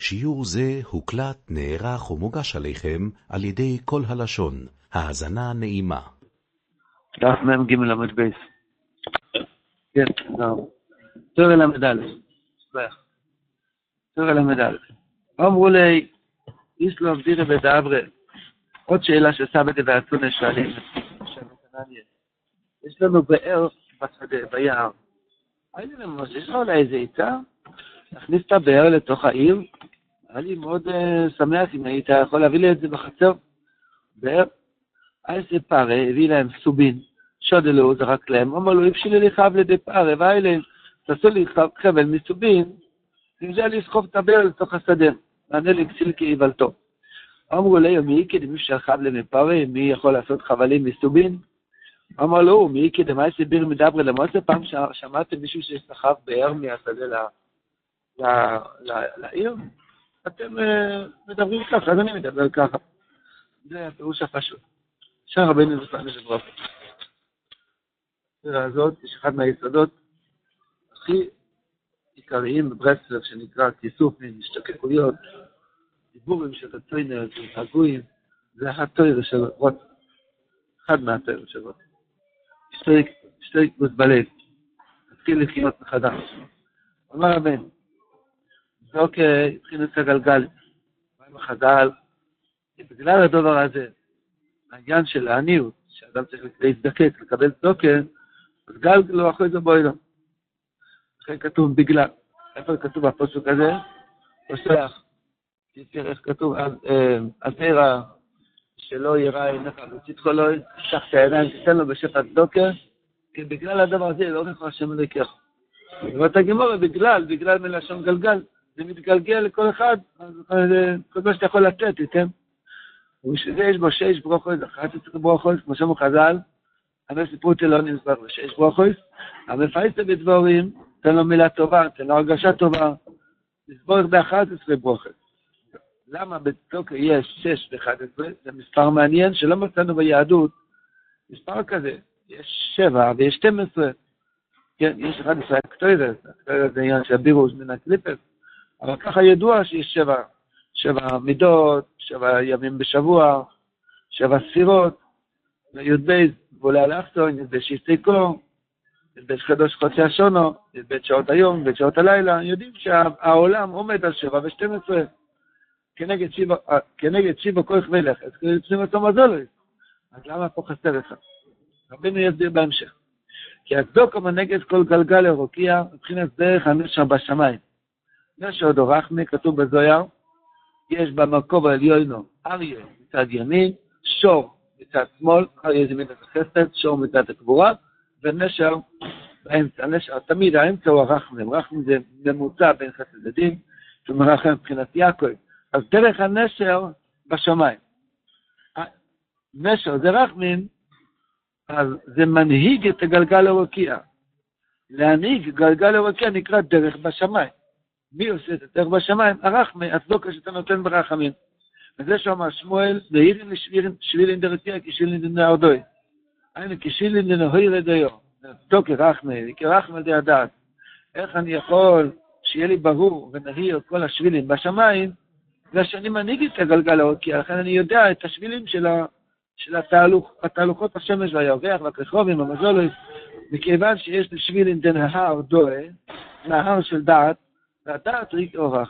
שיעור זה הוקלט, נערך ומוגש עליכם על ידי כל הלשון. האזנה נעימה. דף מ"ג למד בייס. כן, זהו. תורה למדל. תורה למדל. אמרו לי, איסלוב דירה בדאברה. עוד שאלה שסבתי והצונה שואלים. יש לנו באר בשדה, ביער. הייתי למוס, יש לו אולי איזה עיצה? להכניס את הבאר לתוך העיר? היה לי מאוד שמח אם היית יכול להביא לי את זה בחצר. באר. איזה פארה, הביא להם סובין. שודלו, זרק להם. אמר לו, הפשילי לי חב לידי פארה, ואלה, תעשו לי חבל מסובין. אם זה לסחוב את הבאר לתוך השדה. מענה לי כסיל כאיוולתו. אמרו לי, מי כדי מי שחב למפארה, מי יכול לעשות חבלים מסובין? אמר לו, מי כדי מה יסביר מדבר למועצה? פעם שמעתם מישהו שסחב באר מהשדה לעיר? אתם מדברים ככה, אז אני מדבר ככה. זה הפירוש הפשוט. שער רבנו וסלם לברכה. הספירה הזאת יש אחד מהיסודות הכי עיקריים בברסלב, שנקרא כיסופים, השתקקויות, דיבורים של הטוינר, של הגויים, זה התויר של רוט. אחד מהתויר של רוט. שטויק מוסבלת. התחיל לחיות מחדש. אמר הבן, זה אוקיי, התחיל את הגלגל. מה עם החדל? בגלל הדבר הזה, העניין של העניות, שאדם צריך להזדקק, לקבל צדוקה, אז גלגל לא אחרי זה בואי לו. לכן כתוב בגלל. איפה כתוב הפסוק הזה? פוסח. תזכר איך כתוב, אז תראה שלא יראה עיניך, וצדקו לא ישח את הידיים, תיתן לו בשפע צדוקה, כי בגלל הדבר הזה לא יכול השם לקח. ואתה גמור, בגלל מלשון גלגל, זה מתגלגל לכל אחד, אז כל מה שאתה יכול לתת, תיתן. ובשביל זה יש בו 6 ברוכות, 11 ברוכות, כמו שאמרו חז"ל, אבל סיפורתי לא נסבר ב6 ברוכות, המפייסת בדבורים, תן לו מילה טובה, תן לו הרגשה טובה, נסבור ב11 ברוכות. למה בצדוקה יש 6 ו-11? זה מספר מעניין שלא מצאנו ביהדות, מספר כזה, יש 7 ויש 12, כן, יש 11 אקטוירס, אקטוירס זה עניין של בירוש מן הקליפס, אבל ככה ידוע שיש 7 מידות, 7 ימים בשבוע, 7 ספירות, י"ב בולי אלכסון, י"ב שיסטיקו, י"ב חדוש חוצי השונו, י"ב שעות היום, י"ב שעות הלילה, יודעים שהעולם עומד על 7 ו-12, כנגד שיבה כוח מלך, אז כנגד אותו מזולת, אז למה פה חסר אחד? רבינו יסביר בהמשך. כי הצדוקה מנגד כל גלגל אירוקיע, מבחינת דרך הנשר בשמיים. נשר דו רחמי, כתוב בזויר, יש במרכוב העליונו אריה מצד ימין, שור מצד שמאל, אריה זה מידת החסד, שור מצד הקבורה, ונשר באמצע. הנשר, תמיד האמצע הוא הרחמם. רחמם זה ממוצע בין חסד לדין, שמרחם מבחינת יעקב. אז דרך הנשר בשמיים. נשר זה רחמם, אז זה מנהיג את הגלגל הרוקיע. להנהיג גלגל הרוקיע נקרא דרך בשמיים. מי עושה את הדרך בשמיים? הרחמי, הצדוקה שאתה נותן ברחמים. וזה שאומר שמואל, ואירין לשבילין דרקיע כשילין דנערדוי. היינו כשילין דנהוי רדיו. הצדוקה רחמי, כרחמי די הדעת. איך אני יכול שיהיה לי ברור ונהיר כל השבילין בשמיים, זה שאני מנהיג את הגלגל הרוקיע, לכן אני יודע את השבילין של התהלוכות השמש והירח והכרחובים והמזולת, מכיוון שיש לשבילין דנהר דוה, נהר של דעת, והדעת ריק אורח.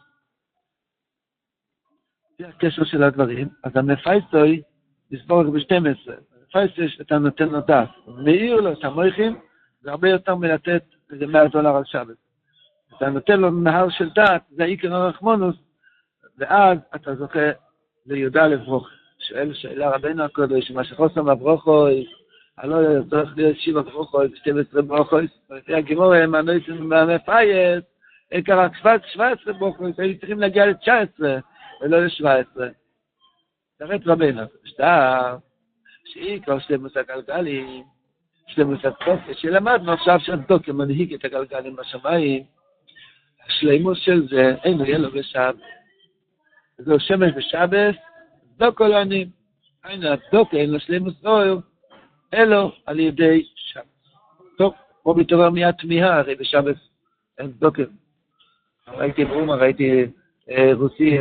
זה הקשר של הדברים. אז המפייסטוי נסבור רק ב-12. המפייסטוי שאתה נותן לו דעת. מאיר לו את המויכים, זה הרבה יותר מלתת איזה $100 על שבת. אתה נותן לו נהר של דעת, זה עיקר הרחמונוס, ואז אתה זוכה ליהודה לברוך. שואל שאלה רבינו הקודש, מה שחוסם הברוכוי, הלא צריך להיות 7 ברוכוי, 12 ברוכוי, ולפי הגימור הם הנויסים מהמפייס, עיקר רק 17 ברוכות, היו צריכים להגיע ל-19 ולא ל-17. תראה את רבינו, שעיקר שלמוס הגלגלים, שלמוס הצדוקה, שלמדנו עכשיו שהצדוקה מנהיג את הגלגלים בשמיים, השלימוס של זה אינו יהיה לו בשבת. זהו שמש בשבת, צדוקה לא ענים. היינו הצדוקה, אין לו שלימוס אויר, אלו על ידי שבת. טוב, פה מתעורר מיד תמיהה, הרי בשבת אין צדוקה. ראיתי באומה, ראיתי רוסי,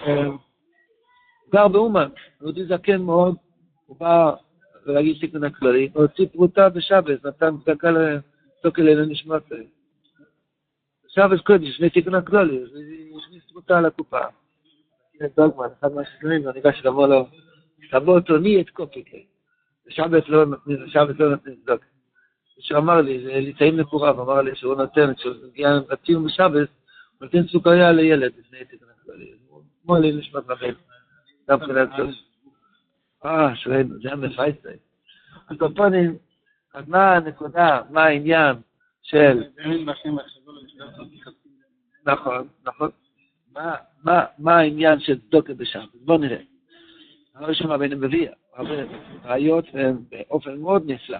גר באומן, יהודי זקן מאוד, הוא בא להגיד תיקון הכללי, הוא הוציא פרוטה בשבת, נתן צדקה לתוקל אלה נשמת. שבת קודש, לפני תיקון הכללי, יש פרוטה על הקופה. הנה דוגמן, אחד מהשכנים, ואני ניגש לבוא לו, תבוא אותו ני את קופיקי. בשבת לא נותנים צדוק. שהוא אמר לי, זה ליצאים מקורב, אמר לי שהוא נותן, כשהוא הגיע לציון בשבת, הוא נותן סוכריה לילד לפני תיקון הכללי. כמו לי נשמת רבים. דווקא להצוש. שראינו, זה היה מפייסי. הקופונים, אז מה הנקודה, מה העניין של... נכון. מה העניין של צדוקה בשבת? בואו נראה. אמר שם רבינו מביא, הרבה ראיות באופן מאוד נפלא.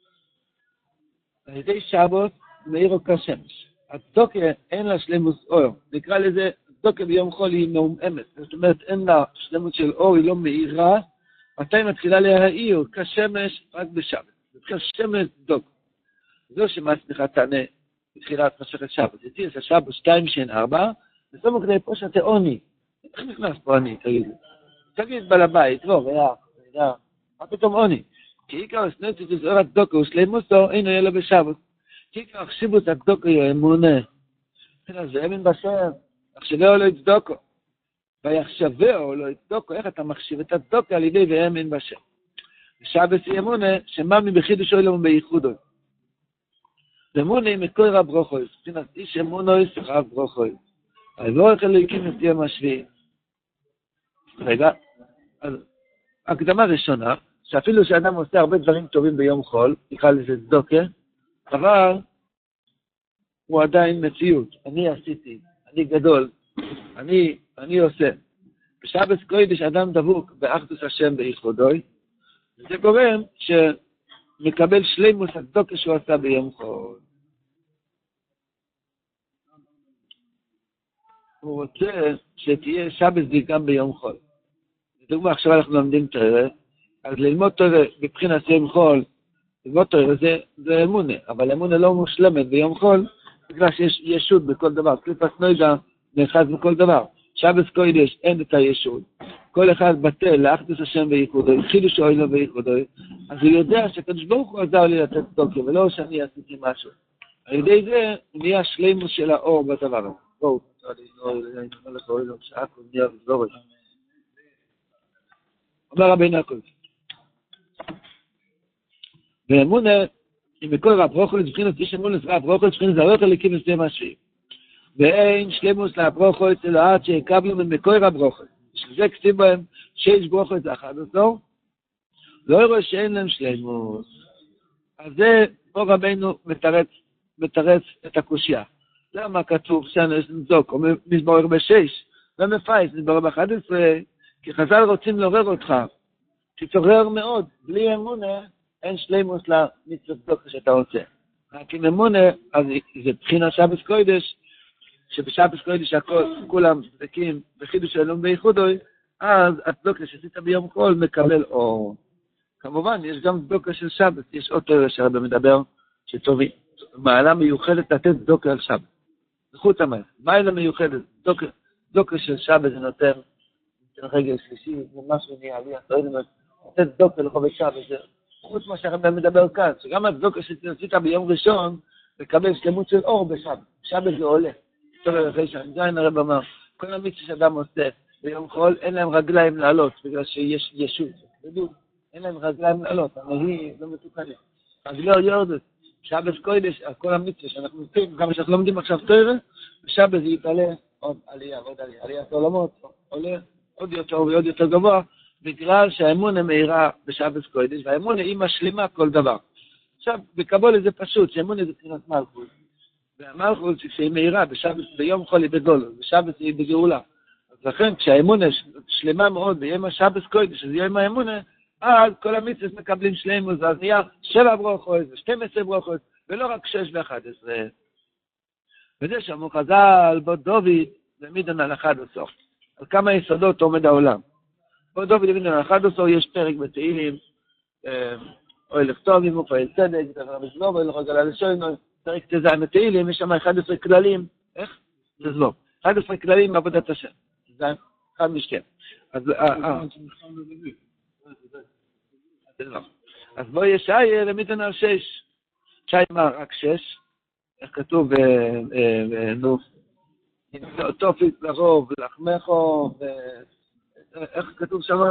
על ידי שבת מאירו כשמש. הצדוקה אין לה שלמות אור. נקרא לזה, הצדוקה ביום חול היא מעומעמת. זאת אומרת, אין לה שלמות של אור, היא לא מאירה. מתי מתחילה להאיר? כשמש רק בשבת. כשמש צדוק. זו שמסמיכה תענה בתחילת מסכת שבת. זה תירס השבת 2 שן 4, וסומו כדי פה שאתה עוני. איך נכנס פה עוני, תגיד בעל הבית, לא, ריח, מה פתאום עוני? כי עיקר הסנצית לזעור הצדוקה ושלימוסו אינו יהיה לו בשבת. כי עיקר החשיבות הצדוקה היא אמונה. זה אמין בשם, החשבהו לא יצדוקו. ויחשבהו לא יצדוקו, איך אתה מחשיב את הצדוקה על ידי ואמין בשם. בשבת היא אמונה שממי בחידוש אילום בייחודו. אמונה היא מקור הברוכוי, מבחינת איש אמונו יש רב ברוכוי. היבורך אלוהיקים את יום השביעי. רגע, אז הקדמה ראשונה, שאפילו שאדם עושה הרבה דברים טובים ביום חול, נקרא לזה צדוקה, אבל הוא עדיין מציאות. אני עשיתי, אני גדול, אני עושה. בשבת קודש אדם דבוק באחדות השם בייחודוי, וזה גורם שמקבל שלימוס הצדוקה שהוא עשה ביום חול. הוא רוצה שתהיה שבת זה גם ביום חול. לדוגמה, עכשיו אנחנו לומדים תורה, אז ללמוד תורה בבחינת יום חול, ללמוד תורה זה אמונה, אבל אמונה לא מושלמת ביום חול, בגלל שיש ישות בכל דבר, קליפת נויגה נאחז בכל דבר. שבת קודש אין את הישות, כל אחד בטל לאחדות השם וייחודו, חידוש אוהלו וייחודו, אז הוא יודע שקדוש ברוך הוא עזר לי לתת תוקף, ולא שאני עשיתי משהו. על ידי זה נהיה שלימוס של האור בדבר הזה. בואו, אומר רבינו הקודש. ואמונה, אם בכל רב רוחל לבחינת איש אמונה, רב רוחל לבחינת זרות הליקים וסתם השביעי. ואין שלמוס לברוכו אצל העד שיקבלו ממקור הברוכו. שזה כתיב בהם שיש ברוכו את האחד אותו, לא יראה שאין להם שלמוס. אז זה פה רבינו מתרץ את הקושיה. למה כתוב שאנש נזוק, או מזבורך ב6, ומפייס מזבורך ב11, כי חז"ל רוצים לעורר אותך, תתעורר מאוד, בלי אמונה, אין שלמוס למצוות צדוקה שאתה רוצה. רק עם אמונה, אז זה בחינת שבת קודש, שבשבת קודש כולם צדקים בחידוש אלום בייחודוי, אז הצדוקה שעשית ביום חול מקבל אור. כמובן, יש גם צדוקה של שבת, יש עוד תורה שהרבה מדבר, שטובים. מעלה מיוחדת לתת צדוקה על שבת. זכות המלך. מעלה מיוחדת, צדוקה של שבת זה נותן רגל שלישי, זה משהו נהיה לי, לתת צדוקה לחובי שבת, זה חוץ מה שהרבה מדבר כאן, שגם הצדוקה שעשית ביום ראשון, מקבל שלמות של אור בשבת. שבת זה עולה. טוב, אחרי שהנגן הרב אמר, כל המצווה שאדם עושה ביום חול, אין להם רגליים לעלות, בגלל שיש ישות. אין להם רגליים לעלות, אבל היא לא מתוקנת. אז לא יורדת. שבת קודש, כל המצווה שאנחנו עושים, גם שאנחנו לומדים עכשיו תורה, בשבת זה יתעלה עוד עלייה, עליית עולמות, עולה עוד יותר ועוד יותר גבוה, בגלל שהאמונה מהירה בשבת קודש, והאמונה היא משלימה כל דבר. עכשיו, בקבולה זה פשוט, שהאמונה זה בחינת מלכות. והמלכות שהיא מהירה, ביום חול היא בגולו, בשבת היא בגאולה. אז לכן, כשהאמונה שלמה מאוד ביום השבת קודש, אז יום האמונה, אז כל המצוות מקבלים שלמות, אז נהיה 7 ברכות, 12 ברכות, ולא רק 6 ו-11. וזה שאמרו חז"ל, בו דוד העמידן על 11. על כמה יסודות עומד העולם. בו דוד העמידן על 11, יש פרק בתהילים, אוי לכתובים, ופעיל צדק, דבר מזמור, ואוי לחגלה לשוינו, פרק תזיים בתהילים, יש שם 11 כללים. איך? תזמור. 11 כללים בעבודת השם. זה אחד משכם. אז בוא ישעיה למיתן על 6. ישעיה מה? רק 6. איך כתוב, תופיק לרוב, לחמךו, איך כתוב שם?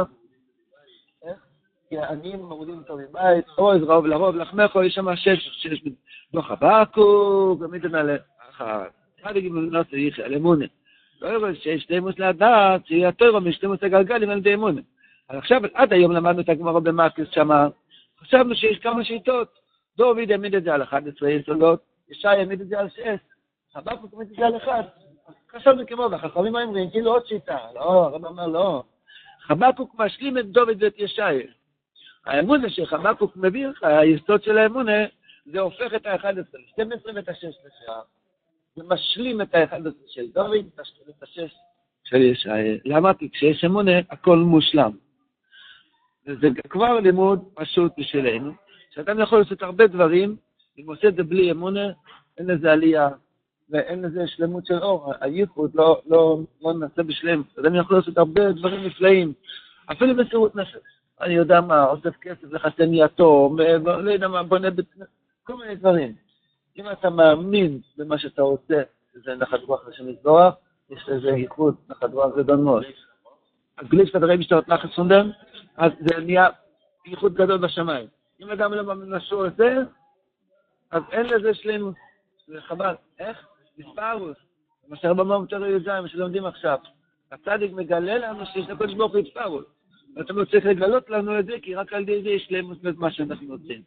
כי העניים מורידים אותו מבית, אוי, רוב לרוב, לחמךו, יש שם 6 בו חבקוק, ומיתן על 1. אחד יגידו צריך על אמונה. לא יראה שיש שלימוס לדעת, שיהיה התורה משלימוס הגלגלים על די אמונה. אבל עכשיו, עד היום למדנו את הגמרא במקס שמה, חשבנו שיש כמה שיטות. דוד העמיד את זה על 11 יסודות, ישעיה העמיד את זה על 6, חבקוק העמיד את זה על 1. חשבנו כמו, והחכמים אומרים, כאילו עוד שיטה. לא, הרב אמר לא. חבקוק משלים את דוד ואת ישעיה. האמונה שחבקוק מביא לך, היסוד של האמונה, זה הופך את ה-11, 12 ואת ה-6 לשעה. זה משלים את ה-11 של דוד, את ה-6 של ישעיה. למה? כי כשיש אמונה, הכל מושלם. וזה כבר לימוד פשוט בשבילנו, שאתה יכול לעשות הרבה דברים, אם עושה את זה בלי אמונה, אין לזה עלייה, ואין לזה שלמות של אור. הייחוד לא נעשה בשלם. אדם יכול לעשות הרבה דברים נפלאים, אפילו מסירות נפש. אני יודע מה, עושה כסף לחתן יתום, לא יודע מה, בונה כל מיני דברים. אם אתה מאמין במה שאתה עושה, זה נחת רוח לשם יתברך, יש לזה ייחוד, נחת רוח גדול מאוד. אז בלי שאתה רואה משתות נחת סונדם, אז זה נהיה ייחוד גדול בשמיים. אם אדם לא מאמין משהו עושה, אז אין לזה שלנו. זה חבל. איך? מספרוס. מה שהרבה יותר יוזיים, מה שלומדים עכשיו. הצדיק מגלה לנו שיש לקודש ברוך הוא מספרוס. ואתה לא צריך לגלות לנו את זה, כי רק על ידי זה יש שלמות מה שאנחנו עושים.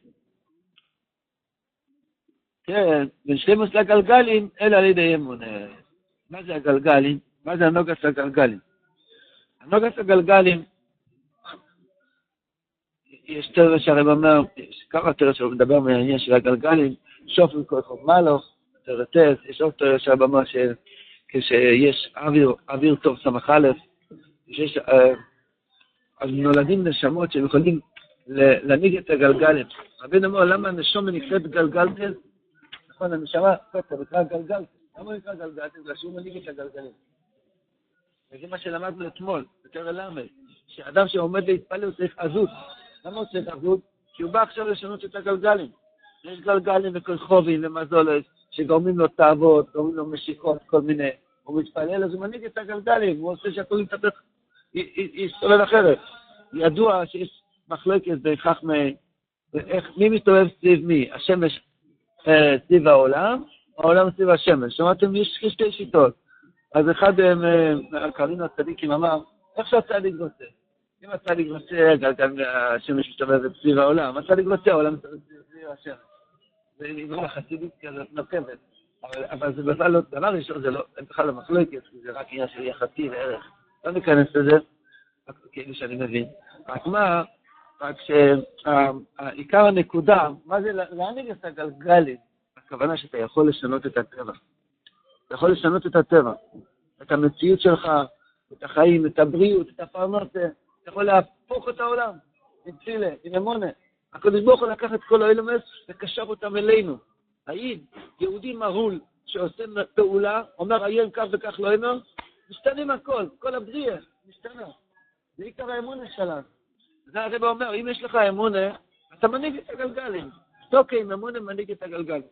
כן, בין שלמות לגלגלים, אלא על ידי אמונה. מה זה הגלגלים? מה זה הנוגס הגלגלים? הנוגס הגלגלים, יש תרא שהרב אומר, יש כמה תרא שהרב מדבר מהעניין של הגלגלים, שוף מכל חוב מלוך, תרא טס, יש עוד תרא שהרב אומר שכשיש אוויר טוב סמך א', אז נולדים נשמות שהם יכולים להנהיג את הגלגלים. רבינו אומר, למה הנשמה נקראת גלגלתל? נכון, הנשמה, זה נקרא גלגלתל. למה הוא נקרא גלגלתל? בגלל שהוא מנהיג את הגלגלים. וזה מה שלמדנו אתמול, בתרא למד, שאדם שעומד להתפלל הוא צריך עזות. למה הוא צריך עזות? כי הוא בא עכשיו לשנות את הגלגלים. יש גלגלים וקולחובים ומזולת שגורמים לו תאוות, גורמים לו משיקות, כל מיני. הוא מתפלל, אז הוא מנהיג את הגלגלים, הוא עושה שהכל יתהפך, יסתובב אחרת. ידוע שיש מחלוקת בהכרח מי מסתובב סביב מי? השמש סביב העולם, העולם סביב השמש. שמעתם? יש שתי שיטות. אז אחד הקרינו הצדיקים אמר, איך שהצדיק רוצה? אם הצדיק רוצה, גלגל השמש מסתובבת סביב העולם, הצדיק רוצה, העולם מסתובב סביב השמש. זה נברא חסידית כזאת נוקבת. אבל זה בכלל לא, דבר ראשון, זה לא, אין בכלל לא מחלוקת, זה רק עניין של יחסי וערך. לא ניכנס לזה, כאילו שאני מבין. רק מה, רק שהעיקר הנקודה, מה זה להנהיג את הגלגלים? הכוונה שאתה יכול לשנות את הטבע. אתה יכול לשנות את הטבע, את המציאות שלך, את החיים, את הבריאות, את הפרנסה. אתה יכול להפוך את העולם, עם תפילה, עם אמונה. הקדוש ברוך הוא לקח את כל האלמנט וקשר אותם אלינו. העיד, יהודי מהול שעושה פעולה, אומר עיין כך וכך לא אמר, משתנים הכל, כל הבריאה, משתנה. זה עיקר האמונה שלנו. זה הרב אומר, אם יש לך אמונה, אתה מנהיג את הגלגלים. תוקע עם אמונה מנהיג את הגלגלים.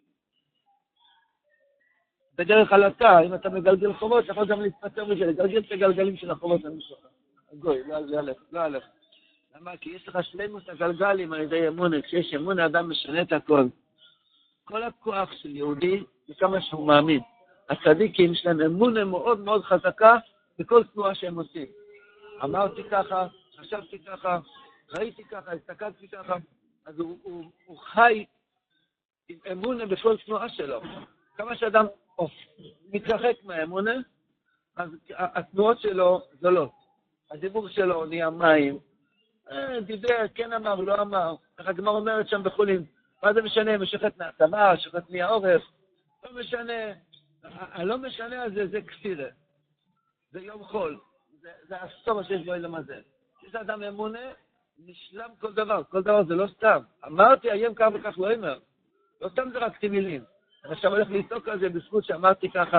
בדרך הלטה, אם אתה מגלגל חובות, אתה יכול גם להתפטר מזה, לגלגל את הגלגלים של החובות למשוך. גוי, לא הלך. למה? כי יש לך שלמות הגלגלים על ידי אמונה. כשיש אמונה, אדם משנה את הכל. כל הכוח של יהודי, זה כמה שהוא מאמין. הצדיקים שלהם אמונה מאוד מאוד חזקה בכל תנועה שהם עושים. אמרתי ככה, חשבתי ככה, ראיתי ככה, הסתכלתי ככה. אז הוא חי עם אמונה בכל תנועה שלו. כמה שאדם מתרחק מהאמונה, אז התנועות שלו זולות. הדיבור שלו נהיה מים. דיבר, כן אמר, לא אמר. ככה הגמרא אומרת שם בחולין, מה זה משנה? משכת מהצמא, משכת מהעורף. לא משנה. הלא משנה הזה, זה כפירה. זה יום חול. זה הסתום שיש בו אילם הזה. יש אדם אמונה, נשלם כל דבר. כל דבר זה לא סתם. אמרתי, היום כך וכך לא אמר. לא סתם זה רק מילים. אני עכשיו הולך לעסוק על זה בזכות שאמרתי ככה,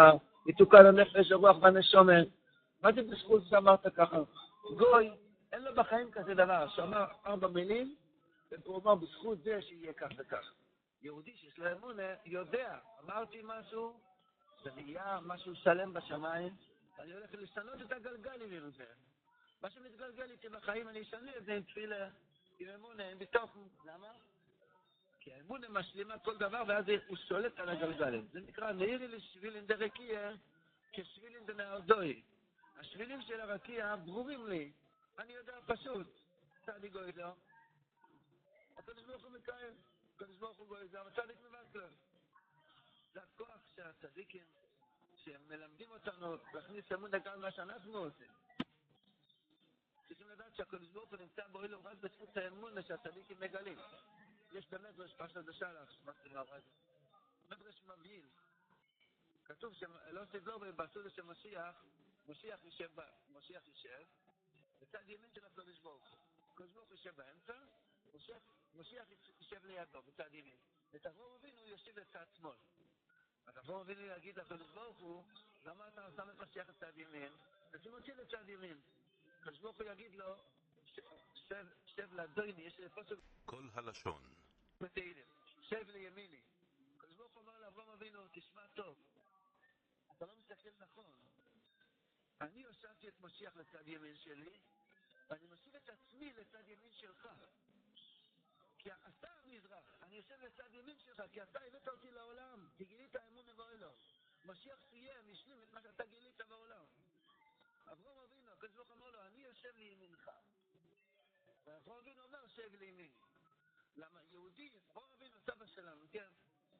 יתוקן הנפש, הרוח והנשמה. מה זה בזכות שאמרת ככה? גוי, אין לו בחיים כזה דבר, שאמר 4 מילים, והוא אומר בזכות זה שיהיה כך וכך. יהודי שיש לו אמונה, יודע, אמרתי משהו, זה נהיה משהו שלם בשמיים, אני הולך לשנות את הגלגלים עם זה. מה שמתגלגל איתי בחיים, אני אשנה את זה עם תפילה, עם אמונה, עם ביטוח. למה? כי האמונה משלימה כל דבר, ואז הוא שולט על הגלגלים. זה נקרא, נעירי לשבילין דרקיע, כשבילין דנאודוי. השבילים של הרקיע ברורים לי. אני יודע פשוט. צדיק גוי לו. הקדוש ברוך הוא מקיים. הקדוש ברוך הוא גוי לו. הצדיק מבטל. זה הכוח שהצדיקים, שהם מלמדים אותנו להכניס אמונה גם מה שאנחנו עושים. צריכים לדעת שהקדוש ברוך הוא נמצא באוהל רק בזכות האמונה שהצדיקים מגלים. יש במדרש פרשת השלח, מדרש מבהיל. כתוב שלא תדלו בסעודה של משיח, משיח יישב, בצד ימין של הקדוש ברוך הוא. הקדוש ברוך הוא יישב באמצע, משיח יישב לידו בצד ימין. את אברהם אבינו הוא יושב לצד שמאל. אז אברהם אבינו יגיד לקדוש ברוך הוא, למה אתה שם את משיח לצד ימין? תשים אותי לצד ימין. הקדוש ברוך הוא יגיד לו, שב לדויני, יש לי פסוק כל הלשון. בתהילים, שב לימיני. הקדוש ברוך הוא אומר לאברהם אבינו, תשמע טוב, אתה לא מסתכל נכון. אני הושבתי את משיח לצד ימין שלי, ואני מושיב את עצמי לצד ימין שלך. כי אתה המזרח, אני יושב לצד ימין שלך, כי אתה הבאת אותי לעולם, כי גילית האמון באלוהים. משיח סיים, השלים את מה שאתה גילית בעולם. אברהם אבינו, הקדוש ברוך הוא אמר לו, אני יושב לימינך. ואברהם אבינו אומר, שב לימיני. למה יהודי, אברהם אבינו, סבא שלנו, כן?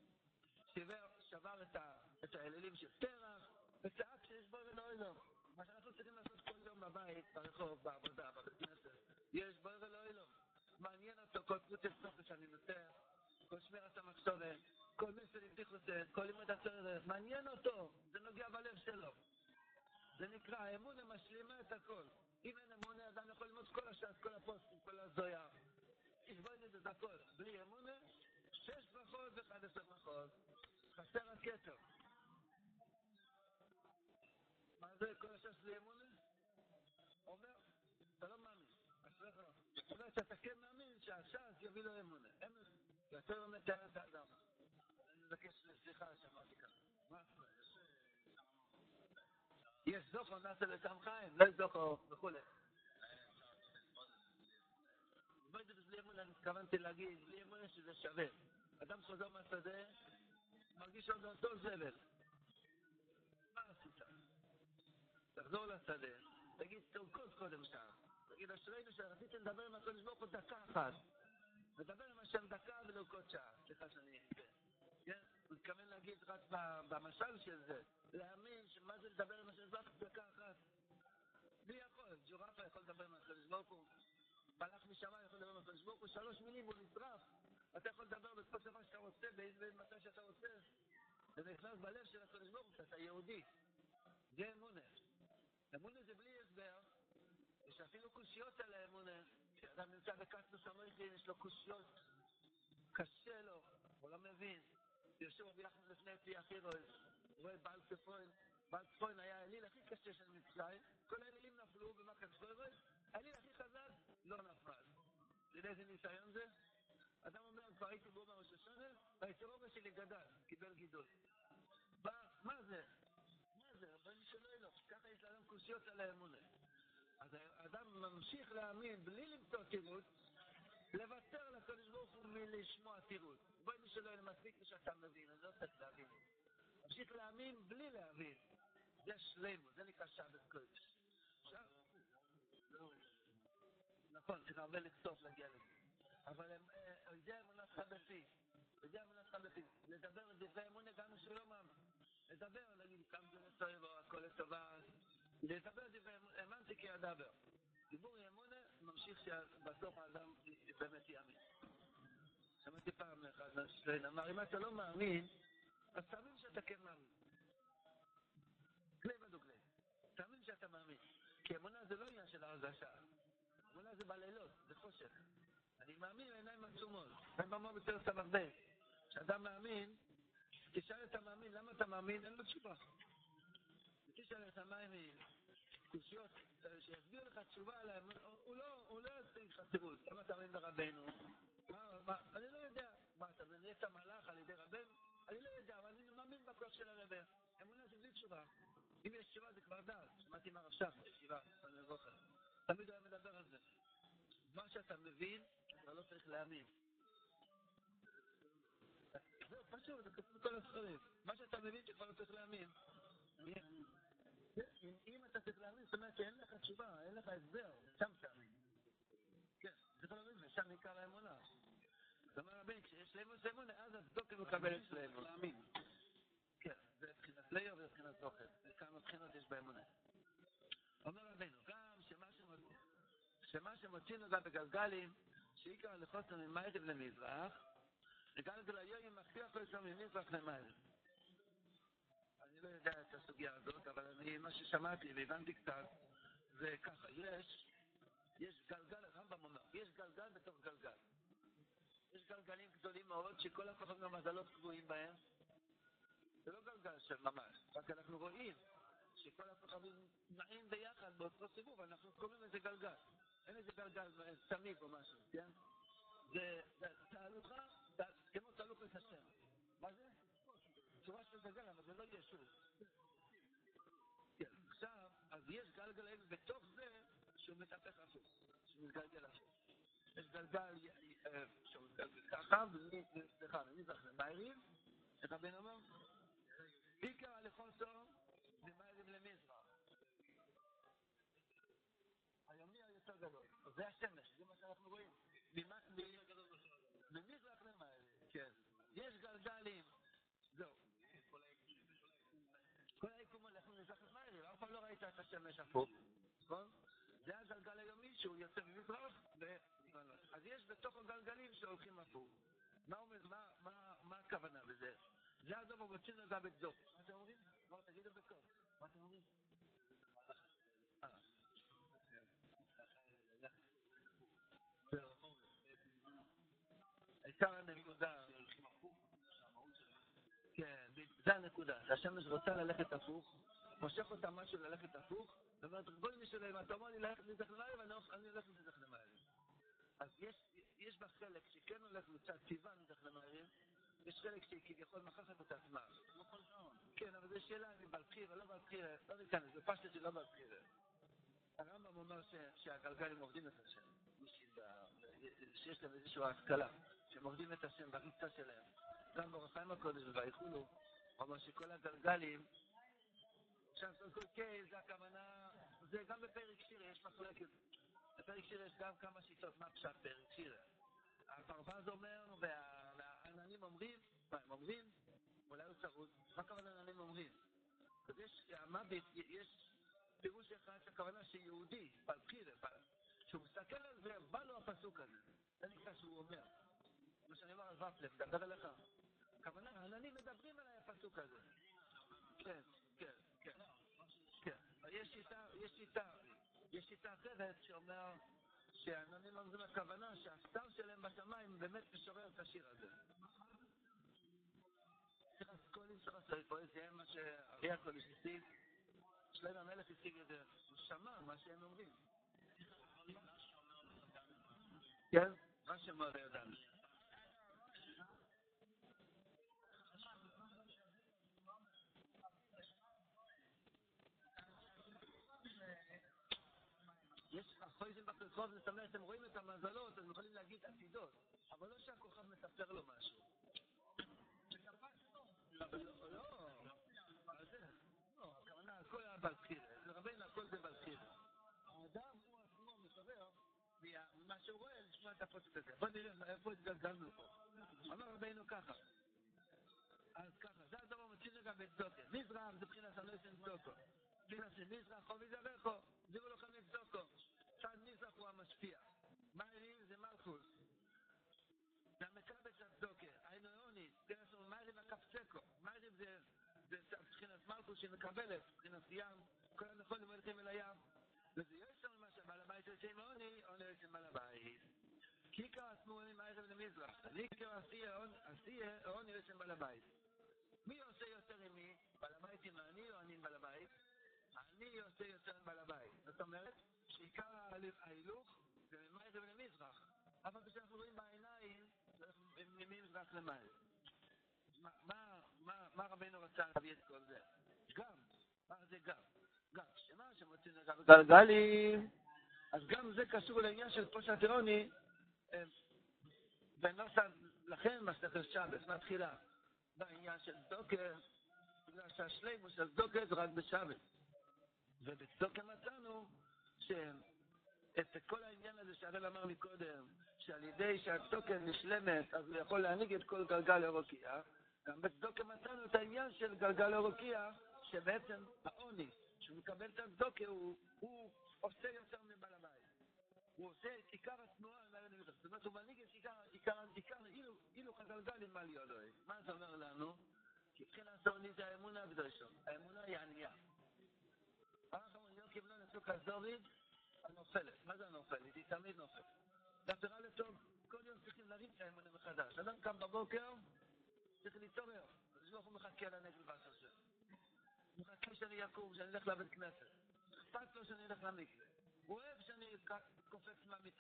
שבר את האלילים של תרח, וצעק שיש בו אלוהים. מה שאנחנו צריכים לעשות כל יום בבית, ברחוב, בעבודה, בבית כנסת, יש בו אלוהים. מעניין אותו כל פרוטס סופר שאני נותן, כל שמירת המחשבה, כל מסר יבטיח לזה, כל לימוד הצורך, מעניין אותו, זה נוגע בלב שלו. זה נקרא, האמונה משלימה את הכל. אם אין אמונה, אדם יכול ללמוד כל השעת, כל הפוסטים, כל הזויה. ישבוין את זה הכל. בלי אמונה, 6 ברכות ו11 ברכות. חסר הכתר. מה זה כל השעת בלי אמונה? אומר, אתה לא מאמין. אומר שאתה כן מאמין שהשעת יביא לו אמונה. אמונה. יותר לא מתאר את האדם. אני מבקש סליחה שאמרתי ככה. מה? יש זוכר נעשה לסם חיים, לא יש זוכר וכולי. בלי אמונה, אני התכוונתי להגיד, בלי אמונה שזה שווה. אדם חוזר מהשדה, מרגיש עוד אותו זבל. מה עשית? תחזור לשדה, תגיד תורכות קודם שם. תגיד, אשרינו שרציתי לדבר עם הקדוש ברוך הוא דקה אחת. לדבר עם השם דקה ולהוקות שעה. סליחה שאני... כן? הוא מתכוון להגיד רק במשל של זה. להאמין שמה זה לדבר עם השם דקה אחת. מי יכול? ג'ורפה יכול לדבר עם הקדוש ברוך הוא. מלאך משמיים יכול לדבר עם הקדוש ברוך הוא. 3 מילים הוא נשרף. אתה יכול לדבר בכל שפה שאתה רוצה, באיזה מתי שאתה רוצה. זה נכנס בלב של הקדוש ברוך הוא, אתה יהודי. זה אמונה. אמונה זה בלי הסבר. יש אפילו קושיות על האמונה. כשאדם נמצא בקסטוס המויכין, יש לו קושיות. קשה לו, הוא לא מבין. יושב ביחד לפני פי הכי רואה בעל צפוין. בעל צפוין היה האליל הכי קשה של מצרים. כל האלילים נפלו במכת צפוין. האליל הכי חזק לא נפל. אתה יודע איזה ניסיון זה? אדם אומר, כבר הייתי בו בראש השונה, והיתרוגה שלי גדל, קיבל גידול. מה זה? מה זה? רבני שלא אלו. ככה יש לאדם קושיות על האמונה. אז האדם ממשיך להאמין בלי למצוא תירוץ, לוותר לקדוש ברוך הוא מלשמוע תירוץ. רבני שלא אלו מספיק שאתה מבין, אז לא צריך להבין. ממשיך להאמין בלי להבין. זה שלמו, זה נקרא שבת קודש. נכון, צריך הרבה לכתוב להגיע לזה. אבל זה אמונת חדשי. זה אמונת חדשי. לדבר על דברי אמונה גם שלא מאמין. לדבר, להגיד כמה זה לצורך או הכל לטובה. לדבר על דברי אמנתי כי אדבר. דיבור אמונה ממשיך שבסוף האדם באמת יאמין. שמעתי פעם אחד, אמר, אם אתה לא מאמין, אז תאמין שאתה כן מאמין. כלי ודוגלי. תאמין שאתה מאמין. כי אמונה זה לא עניין של הרגשה. אמונה זה בלילות, זה חושך. אני מאמין לעיניים עצומות. הם אמרו בסדר סמכדי. כשאדם מאמין, תשאל את המאמין, למה אתה מאמין? אין לו תשובה. תשאל את המים קושיות, שיסביר לך תשובה עליהם, הוא לא יוצא לך תירוץ. למה אתה מאמין ברבנו? אני לא יודע. מה, אתה מנהל את המהלך על ידי רבנו? אני לא יודע, אבל אני מאמין בכוח של הרבן. אמונה זה בלי תשובה. אם יש תשובה זה כבר דעת. שמעתי מה עכשיו, תשובה, אני רוחל. תמיד היה מדבר על זה. מה שאתה מבין, אתה לא צריך להאמין. זהו, פשוט, זה כתוב בכל הספרים. מה שאתה מבין שכבר לא צריך להאמין. אם אתה צריך להאמין, זאת אומרת שאין לך תשובה, אין לך הסבר, שם תאמין. כן, זה יכול להאמין, ושם עיקר האמונה. זאת אומרת, רבי, כשיש לאמון זה אמונה, אז הצדוקה מקבלת של האמון. להאמין. כן, זה בחינת ליאור וזה בחינת זוכר. כמה בחינות יש באמונה. אומר רבינו, גם שמה שמוצאים גם בגלגלים, שעיקר לחוסר ממערב למזרח, וגלגל היואים מכפיע כל שם ממזרח למערב. אני לא יודע את הסוגיה הזאת, אבל מה ששמעתי והבנתי קצת, זה ככה, יש גלגל, הרמב"ם אומר, יש גלגל בתוך גלגל. יש גלגלים גדולים מאוד שכל הכוחות מהמזלות קבועים בהם. זה לא גלגל של ממש, רק אנחנו רואים שכל הכוכבים נעים ביחד באותו סיבוב, אנחנו קוראים לזה גלגל. אין איזה גלגל תמיד או משהו, כן? זה תהלוכה, כמו תהלוכת השם. מה זה? צורה של גלגל, אבל זה לא ישוב. כן, עכשיו, אז יש גלגלים בתוך זה שהוא מתהפך הפוך, שהוא מתגלגל הפוך. יש גלגל שהוא מתגלגל ככה, סליחה, מזרח למערב, איך הבן אומר? עיקר לחוסר ממערב למזרח. היומי היותר גדול, זה השמש, זה מה שאנחנו רואים. ממזרח למערב, כן. יש גלגלים, זהו. כל היקום הולך ממזרח למערב, אף פעם לא ראית את השמש הפוך, נכון? זה הגלגל היומי שהוא יוצא ממזרח, אז יש בתוך הגלגלים שהולכים הפוך. מה הכוונה בזה? זה הדבר רוצים לגב את זאת. מה אתם אומרים? בואו תגידו בקור. מה אתם אומרים? עיקר הנקודה. כן, זה הנקודה. השמש רוצה ללכת הפוך, מושך אותה משהו ללכת הפוך, ואומרת, בואי משלם, אתה אומר לי ללכת מזרח למערב, אני הולך מזרח למערב. אז יש בה חלק שכן הולך מצד טבעה מזרח למערב, יש חלק שהיא כביכול מכחת את עצמה. כן, אבל זו שאלה אם היא בלבחירה, לא בלבחירה, לא ניכנס, זה פשט שהיא לא בלבחירה. הרמב"ם אומר שהגלגלים עובדים את השם, שיש להם איזושהי השכלה, שהם עובדים את השם בריצה שלהם. גם באור החיים הקודש והאיחולו, הוא אומר שכל הגלגלים, שם כן, זה הכוונה, זה גם בפרק שיר, יש מחלקת, בפרק שיר יש גם כמה שיטות, מה פשט פרק שיר. הפרבז אומר, והעננים אומרים, מה הם אומרים? אולי הוא צרוד, מה כוונה העננים אומרים? אז יש, המביט, יש פירוש אחד שהכוונה שיהודי, בלבחיר, שהוא מסתכל על זה, בא לו הפסוק הזה. זה נקרא שהוא אומר. מה שאני אומר על ופלם, מדבר אליך. הכוונה, העננים מדברים עליי הפסוק הזה. כן, כן, כן. כן. יש שיטה אחרת שאומר שהעננים אומרים הכוונה שהסתר שלהם בשמיים באמת משורר את השיר הזה. זה מה שאריה הקודש השיג, שלמה המלך השיג את זה, הוא שמע מה שהם אומרים. כן? מה שמע וידענו. יש החויזים בחלקות, זאת אומרת, אתם רואים את המזלות, אתם יכולים להגיד עתידות, אבל לא שהכוכב מספר לו משהו. לא, הכוונה, הכל היה בלבחירה, לרבינו הכל זה בלבחירה. האדם הוא עצמו מסבר, ומה שהוא רואה, לשמוע את הפוסק הזה. בוא נראה איפה התגלגלנו פה. אמר רבינו ככה. אז ככה, זה הדבר מציל גם בצדוקה. מזרח זה בחינת הנושא צדוקו. בחינת שמזרח או מזרחו, זיבו לכם לצדוקו. צד מזרח הוא המשפיע. מערב זה מלכוס. זה המקבל של הצדוקה. היינו עוני, דרך הוא מערב הקפצקו. מערב זה בחינת מלכוס שמקבלת, בחינת ים. כל הנכונים הולכים אל הים. וזה יושב ממה שבעל הבית יוצא עם עוני, עוני יוצא בעל הבית. כיקר עצמו עוני מערב למזרח. כיקר עשייה עוני יוצא בעל הבית. מי עושה יותר עם מי? בעל הבית עם העני או אני עם בעל הבית? אני עושה יותר בעל הבית. זאת אומרת, שעיקר ההילוך זה ממערב ולמזרח. אבל כשאנחנו רואים בעיניים, הם ממזרח למעלה. מה רבינו רצה להביא את כל זה? גם. מה זה גם? גם. שמה שמוצאים גלגלים, אז גם זה קשור לעניין של פושט אירוני, בנוסף, לכן מסכת שבת מתחילה בעניין של דוקר, בגלל שהשלימוס של דוקר זה רק בשבת. ובדוקר מצאנו שאת כל העניין הזה שהרל אמר מקודם, שעל ידי שהדוקר נשלמת, אז הוא יכול להנהיג את כל גלגל אירוקייה, גם בדוקר מצאנו את העניין של גלגל אירוקייה, שבעצם העוני, שהוא מקבל את הדוקר, הוא עושה יותר מבעל הבית. הוא עושה את עיקר התנועה, זאת אומרת, הוא מנהיג את עיקר, אילו הגלגלים מה לי אלוהי. מה זה אומר לנו? כי מבחינת העוני זה האמונה הקדושה. האמונה היא ענייה. אנחנו אומרים, לא קיבלו נסוק הזורית, הנופלת. מה זה הנופלת? היא תמיד נופלת. והפירה לטוב, כל יום צריכים להרים את האמונה מחדש. אדם קם בבוקר, צריך להתעורר. אז הוא מחכה לנגל בעשר שלו. הוא מחכה שאני יקום, שאני אלך לבית כנסת. אכפת לו שאני אלך למקווה. הוא אוהב שאני קופץ מהמיטה.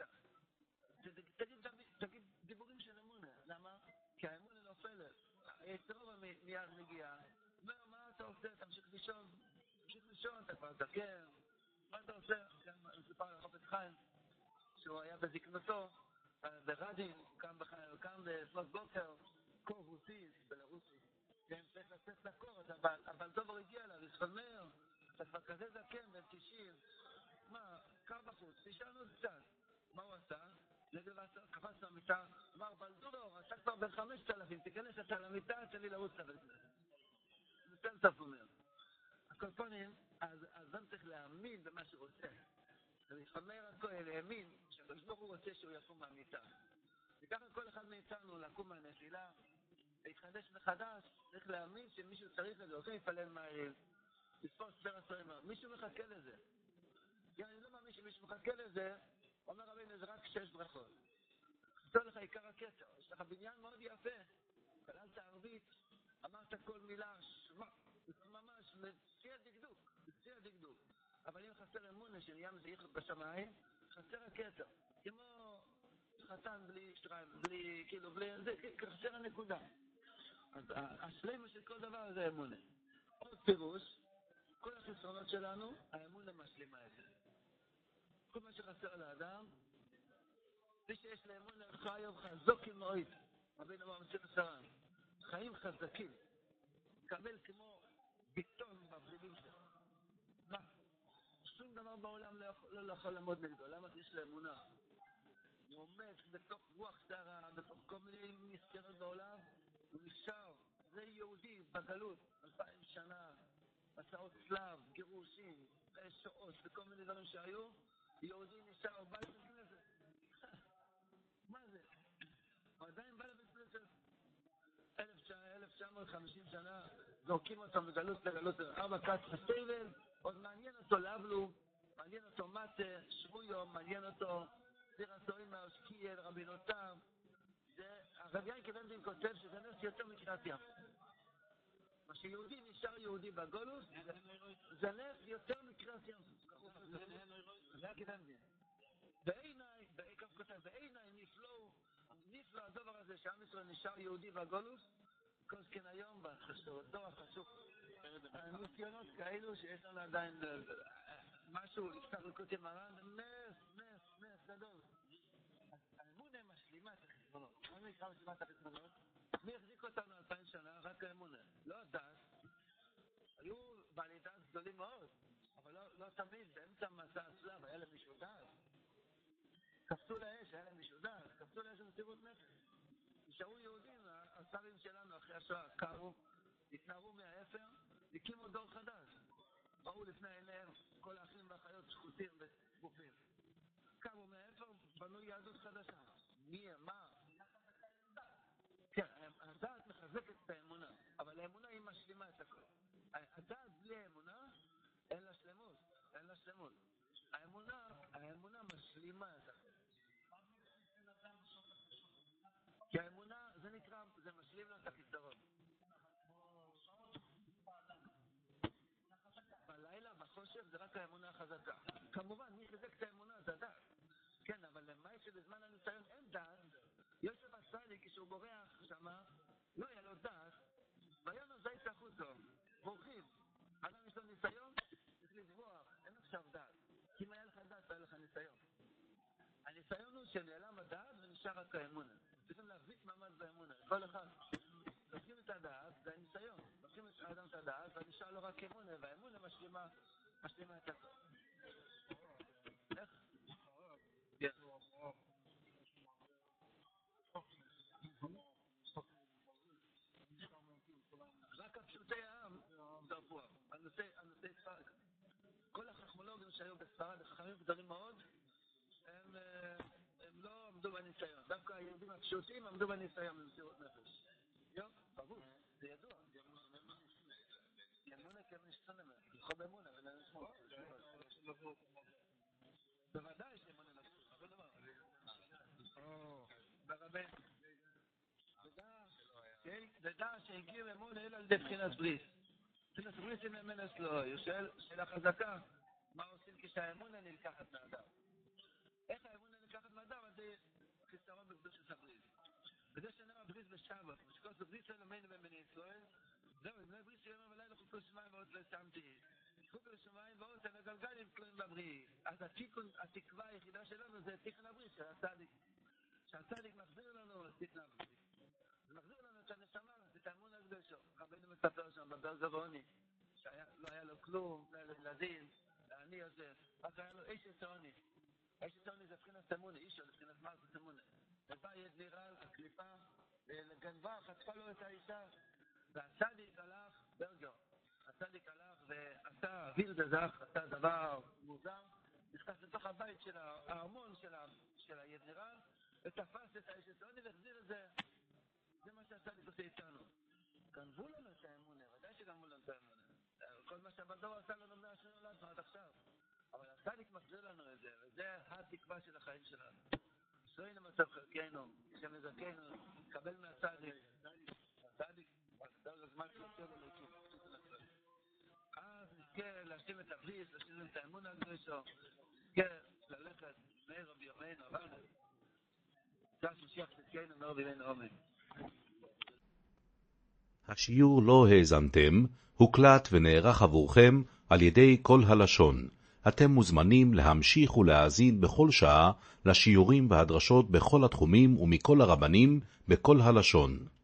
תגיד דיבורים של אמונה. למה? כי האמונה נופלת. היצרור מיד מגיע. אומר, מה אתה עושה? תמשיך לישון, אתה כבר זקן. מה אתה עושה? אני סיפר על חופץ חיים, שהוא היה בזקנתו, ברדין, קם לפנות בוקר, קור רוסי, בלרוסי. והם צריך לצאת לקור, אבל טוב הוא הגיע לה, לשכמר, אתה כבר כזה זקן, בן 90. מה, קר בחוץ, תשאלנו קצת. מה הוא עשה? קפץ למיטה, אמר, בלדור, אתה כבר בן 5,000, תיכנס אתה למיטה, תן לי לרוץ לבית כנסת. זה סלסף אומר. הקולפונים, אז אדם צריך להאמין במה שהוא רוצה. ולשמר הכהל האמין שבשבוך הוא רוצה שהוא יקום מהמיטה. וככה כל אחד מאיתנו לקום מהנפילה, להתחדש מחדש, צריך להאמין שמישהו צריך את זה, הולכים לפעלל מהעיר, לספור ספר הסוימר, מישהו מחכה לזה. אני לא מאמין שמישהו מחכה לזה, אומר רבינו, זה רק 6 ברכות. חסר לך עיקר הקטע, יש לך בניין מאוד יפה, קללת ערבית, אמרת כל מילה, ממש, בשיא הדקדוק. אבל אם חסר אמונה שנהיה מזייך בשמיים, חסר הקטע. כמו חתן בלי שטריים, חסר הנקודה. אז השלמה של כל דבר זה אמונה. עוד פירוש, כל החסרונות שלנו, האמונה משלימה את זה. כל מה שחסר לאדם, מי שיש לאמונה חיים חזוקים מאוד. רבינו אמר מצאת השרן. חיים חזקים. מקבל כמו ביטון בבריבים שלו. מה? שום דבר בעולם לא יכול לעמוד נגדו. למה יש לאמונה? הוא עומד בתוך רוח שרה, בתוך כל מיני מסגרות בעולם, הוא נשאר. זה יהודי בגלות, 2000 שנה, מסעות צלב, גירושים, שואות וכל מיני דברים שהיו, יהודי נשאר, בא לבית כנסת. מה זה? הוא עדיין בא לבית כנסת. 1950 שנה, זורקים אותו מגלות 4 קץ הסבל, עוד מעניין אותו לבלו, מעניין אותו מטה, שבויו, מעניין אותו דירתורים מהשקיע, רבינותם. הרב ינקי בנדין כותב שזה נס יותר מקריאת ים. מה שיהודי נשאר יהודי בגולוס, זה נס יותר מקריאת ים. זה ינקי בנדין. בעיניי, כך כותב, בעיניי נפלא הדבר הזה שעם ישראל נשאר יהודי בגולוס, כל כן היום בדור החשוך. ניסיונות כאלו שיש לנו עדיין משהו לפתח לקוטי מרן, נס גדול. האמונה משלימה את החסרונות. מה זה נקרא משלימה את החסרונות? מי החזיק אותנו 2000 שנה? רק האמונה. לא הדת. היו בעלי דת גדולים מאוד, אבל לא תמיד, באמצע מסע הצלב היה להם מישהו דת. קפצו לאש, היה להם מישהו דת. קפצו לאש במסירות נפש. נשארו יהודים, השרים שלנו אחרי השואה קמו, התנערו מהאפר, הקימו דור חדש. ראו לפני עיניהם כל האחים והאחיות שחוטים וגופים. קמו מהאפר, בנו יהדות חדשה. מי, מה? כן, הדעת מחזקת את האמונה, אבל האמונה היא משלימה את הכל. הדעת בלי האמונה, אין לה שלמות. האמונה משלימה את הכל. כי האמונה, זה נקרא, זה משלים לה את החיסרון. בלילה, בחושך, זה רק האמונה החזקה. כמובן, מי חיזק את האמונה זה הדעת. כן, אבל למה שבזמן הניסיון אין דעת, יוסף הצדיק כשהוא בורח שמה, לא היה לו דעת, והיום הזה יצחותו, בורחים. אדם יש לו ניסיון, צריך לברוח, אין עכשיו דעת. כי אם היה לך דעת, היה לך ניסיון. הניסיון הוא שנעלם הדעת ונשאר רק האמונה. צריכים להחזיק מעמד באמונה, כל אחד. לוקחים את הדעת, זה הניסיון. לוקחים את האדם את הדעת, ונשאר לו רק אמונה, והאמונה משלימה את הכל. איך? כן. רק הפשוטי העם תרפוח. הנושא ספרד. כל החכמולוגים שהיו בספרד, החכמים גדולים מאוד, הם לא עמדו בניסיון. דווקא היהודים הפשוטים עמדו בניסיון במסירות נפש. יופ, ברור, זה ידוע. אמונה כמשתנמה, יכול באמונה, אבל נשמור. בוודאי שאמונה נפש, אבל דבר. ברבן. ודע שהגיע אמונה אלא על בחינת בריס. בחינת בריס היא ממנס לו, הוא שואל שאלה חזקה, מה עושים כשהאמונה נלקחת מהאדם? איך האמונה נלקחת מהאדם? אז זה חיסרון בקדוש הבריס. וזה שנאמר בריס בשבת, משקול בריס אלוהינו בבני ישראל, זהו, אם לא בריס יאמר בלילה חוקו שמיים ועוד לא שמתי. חוקו שמיים ועוד הם הגלגלים תלויים בבריס. אז התקווה היחידה שלנו זה תיקון הבריס של הצדיק. שהצדיק מחזיר לנו תיקון הבריס. זה מחזיר לנו את הנשמה, את האמון הקדושו. רבינו מספר שם בברז גבעוני, שלא היה לו כלום, לא היה לו ילדים, לעני הזה, רק היה לו איש יצעוני. איש יצעוני זה בחינת אמונה, אישו, זה בחינת מלכות אמונה. ובא יד לירל, הקליפה, לגנבה, חטפה לו את האישה, והצדיק הלך, ברגו, הצדיק הלך ועשה וילדזך, עשה דבר מוזר, נכנס לתוך הבית של הארמון של היד לירל, ותפס את האיש יצעוני והחזיר את זה. זה מה שהצדיק עושה איתנו. גנבו לנו את האמונה, ודאי שגנבו לנו את האמונה. כל מה שהבדור עשה לנו מאז שנולדנו עד עכשיו. אבל הצדיק מחזיר לנו את זה, וזה התקווה של החיים שלנו. שואי למצב חלקנו, כשמזכנו, נקבל מהצדיק. הצדיק, בגדול הזמן שיוצא ללכות. אז נזכה להשלים את הבריס, להשלים את האמונה הקדושו. נזכה ללכת מהר ביומנו, אבל קצת משיח צדקנו מהר ביומנו אמן. השיעור לא האזנתם, הוקלט ונערך עבורכם על ידי כל הלשון. אתם מוזמנים להמשיך ולהאזין בכל שעה לשיעורים והדרשות בכל התחומים ומכל הרבנים בכל הלשון.